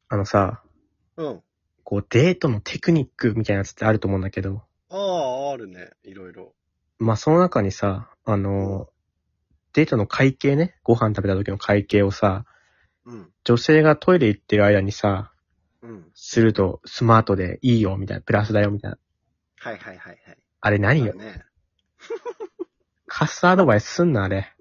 あのさ、 うん。 こうデートのテクニックみたいなやつってあると思うんだけど、 ああ、あるね。いろいろ。 まあその中にさ、 うん。 デートの会計ね、ご飯食べた時の会計をさ、 うん。 女性がトイレ行ってる間にさ、 うん。 するとスマートでいいよみたいな、プラスだよみたいな。 はいはいはいはい。 あれ何よ。 あるね。 カスアドバイスすんな、あれ。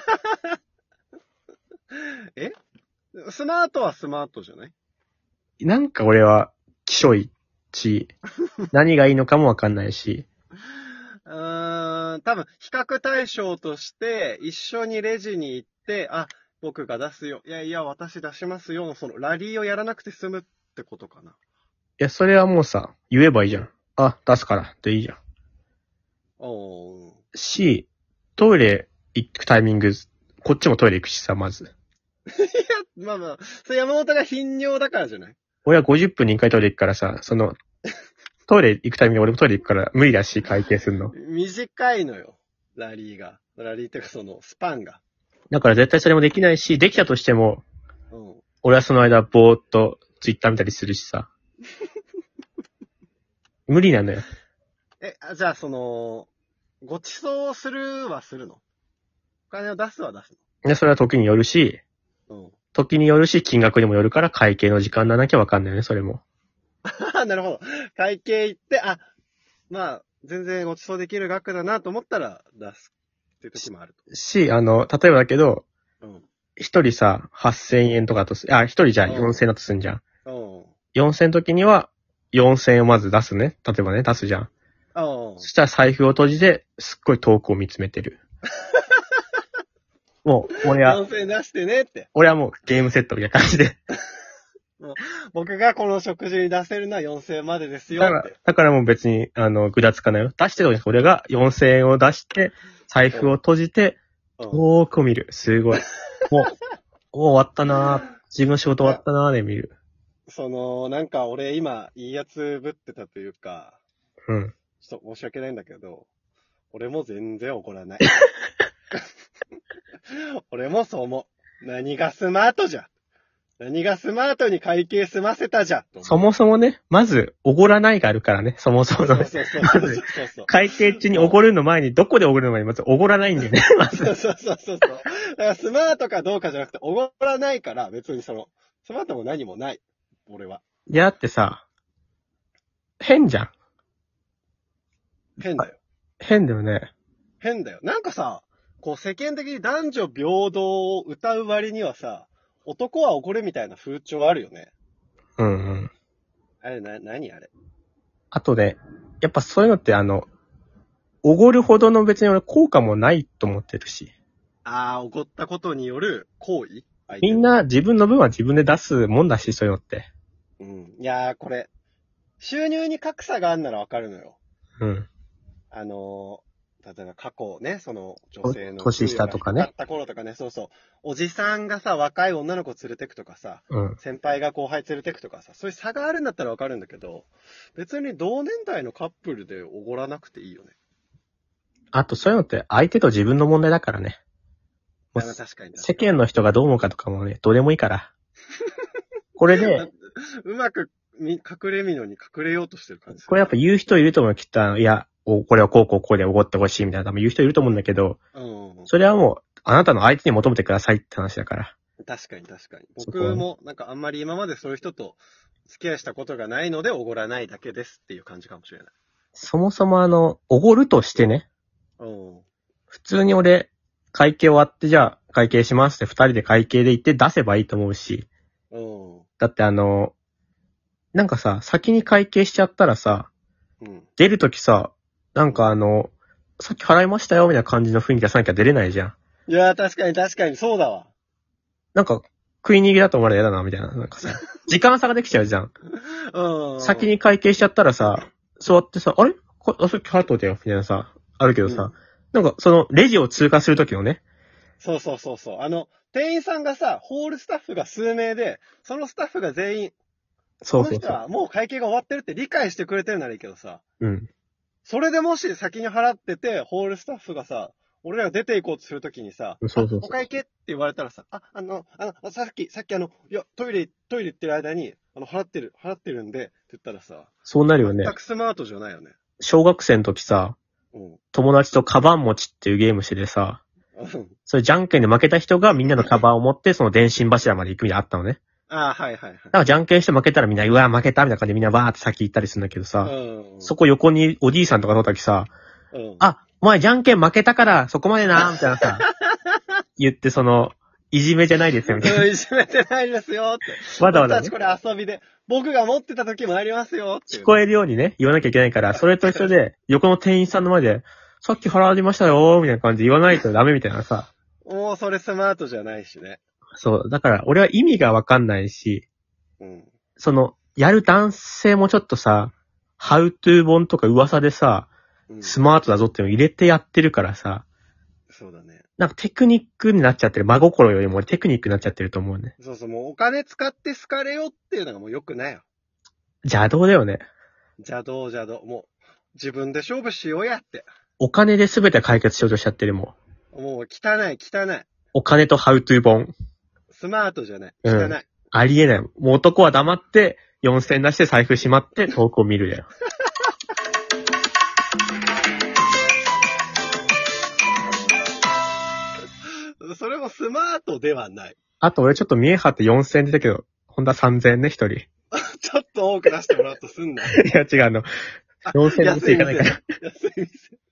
えスマートはスマートじゃない？ なんか俺は、きしょいし、何がいいのかもわかんないし、 多分、比較対象として、一緒にレジに行って、あ、僕が出すよ。いやいや、私出しますよの、その、ラリーをやらなくて済むってことかな。 いや、それはもうさ、言えばいいじゃん。 うん。 あ、出すからっていいじゃん。 おー。 し、トイレ行くタイミング、こっちもトイレ行くしさ、まず。 いや、まあまあ、それ山本が頻尿だからじゃない？ 俺は50分に1回トイレ行くからさ、トイレ行くタイミングで俺もトイレ行くから無理だし、会計するの。 短いのよ。ラリーが。ラリーっていうかその、スパンが。 だから絶対それもできないし、できたとしても、 うん。 俺はその間ぼーっとツイッター見たりするしさ。無理なのよ。 じゃあその、ご馳走するはするの？お金を出すは出すで、それは時によるし、 の？ 時によるし、金額にもよるから会計の時間ななきゃわかんないよね、それも。 うん。なるほど。会計行って、あ、まあ、全然ご馳走できる額だなと思ったら出すっていう時もあるし、例えばだけど、 と。うん。 一人さ、8000円とか一人じゃあうん。 4000円だとすんじゃん。 うん。 4000の時には、4000円をまず出すね。例えばね、出すじゃん。 うん。 そしたら財布を閉じて、すっごい遠くを見つめてる。もう、 4000円出してねって。 俺はもうゲームセットみたいな感じで。 もう僕がこの食事に出せるのは4000円までですよって。 だからもう別に、ぐだつかないよ。出してるのに俺が4000円を出して、財布を閉じて、 うん。 遠くを見る。すごい。もう、終わったなー。自分の仕事終わったなーで見る。 その、なんか俺今、いいやつぶってたというか、 うん。 ちょっと申し訳ないんだけど、俺も全然怒らない。俺もそう思う。何がスマートじゃ。何がスマートに会計済ませたじゃ。とそ思う。 もそもね、まず、おごらないがあるからね。そもそものね。 そうそうそうそうそうそう。 会計中におごるの前に、どこでおごるの前にまずおごらないんだよね。まず。 そうそうそうそう。だからスマートかどうかじゃなくて、おごらないから、別にその、スマートも何もない。俺は。 いや、だってさ、変じゃん。 変だよ。 変だよね。 変だよ。なんかさ、こう世間的に男女平等を歌う割にはさ、男は怒るみたいな風潮あるよね。 うんうん。 あれ何あれ。 あとで、やっぱそういうのっておごるほどの別に俺効果もないと思ってるし。 怒ったことによる行為相手の。 みんな自分の分は自分で出すもんだし、そういうのって。 うん。いやー、これ、収入に格差があんならわかるのよ。 うん。 例えば過去ね、その女性の年給与が下とかね。 低かった頃とかね、そうそう。おじさんがさ、若い女の子連れてくとかさ、 うん。 先輩が後輩連れてくとかさ、そういう差があるんだったらわかるんだけど、別に同年代のカップルでおごらなくていいよね。 あとそういうのって相手と自分の問題だからね。もう確かに世間の人がどう思うかとかもね、どうでもいいから。これで、 うまく隠れみのに隠れようとしてる感じする。 これやっぱ言う人いると思うよ。きっといや、これはこうでおごってほしいみたいな多分言う人いると思うんだけど、 うん。 それはもう、あなたの相手に求めてくださいって話だから。 確かに確かに。 そこはね。 僕もなんかあんまり今までそういう人と付き合いしたことがないのでおごらないだけですっていう感じかもしれない。 そもそもおごるとしてね、 うん。 普通に俺、会計終わってじゃあ会計しますって二人で会計で行って出せばいいと思うし、 うん。 だってなんかさ、先に会計しちゃったらさ、 うん。 出るときさ、なんかさっき払いましたよみたいな感じの雰囲気出さなきゃ出れないじゃん。 いやー、確かに、そうだわ。 なんか、食い逃げだと思われたら嫌だな、みたいな。なんかさ、時間差ができちゃうじゃん。 うん。 先に会計しちゃったらさ、座ってさ、あれさっき払っといたよ、みたいなさ、あるけどさ、 うん。 なんかその、レジを通過するときのね、 そうそうそうそう。店員さんがさ、ホールスタッフが数名で、そのスタッフが全員、この人そうそうそう。 はもう会計が終わってるって理解してくれてるならいいけどさ、 うん。 それでもし先に払ってて、ホールスタッフがさ、俺らが出ていこうとするときにさ、おそうそうそう。 会計って言われたらさ、さっきいや、トイレ行ってる間に、 払ってるんで、って言ったらさ、 そうなるよね。 全くスマートじゃないよね。 小学生の時さ、 うん。 友達とカバン持ちっていうゲームしててさ、それじゃんけんで負けた人がみんなのカバンを持ってその電信柱まで行くみたいなのあったのね。 ああ、はいはいはい。 だからじゃんけんして負けたらみんな、うわ、負けたみたいな感じでみんなバーって先行ったりするんだけどさ、 うん。 そこ横におじいさんとかの時さ、 うん。 あ、お前じゃんけん負けたからそこまでな、みたいなさ、言っていじめじゃないですよ、みたいな。 いじめてないですよって。 わざわざね僕たちこれ遊びで、僕が持ってた時もありますよっていう。 聞こえるようにね、言わなきゃいけないから、それと一緒で、横の店員さんの前で、さっき払いましたよ、みたいな感じで言わないとダメみたいなさ。 もうそれスマートじゃないしね。 そう、だから俺は意味がわかんないし、 うん。 やる男性もちょっとさ、How to 本とか噂でさ、 うん、 スマートだぞっていうのを入れてやってるからさ、 そうだね。 なんかテクニックになっちゃってる。真心よりもテクニックになっちゃってると思うね。 そうそう、もうお金使って好かれよっていうのがもう良くないよ。 邪道だよね。 邪道。もう、自分で勝負しようやって。 お金で全て解決しようとしちゃってるもん。 もう汚い。 お金と How to 本。 スマートじゃない。 うん汚い。 ありえない。もう男は黙って、4000出して財布しまって遠くを見るだよ。 それもスマートではない。 あと俺ちょっと見え張って4000出たけど、ほんとは3000ね、一人。いちょっと多く出してもらうとすんな。 や違う4000出していかないから。 安い店。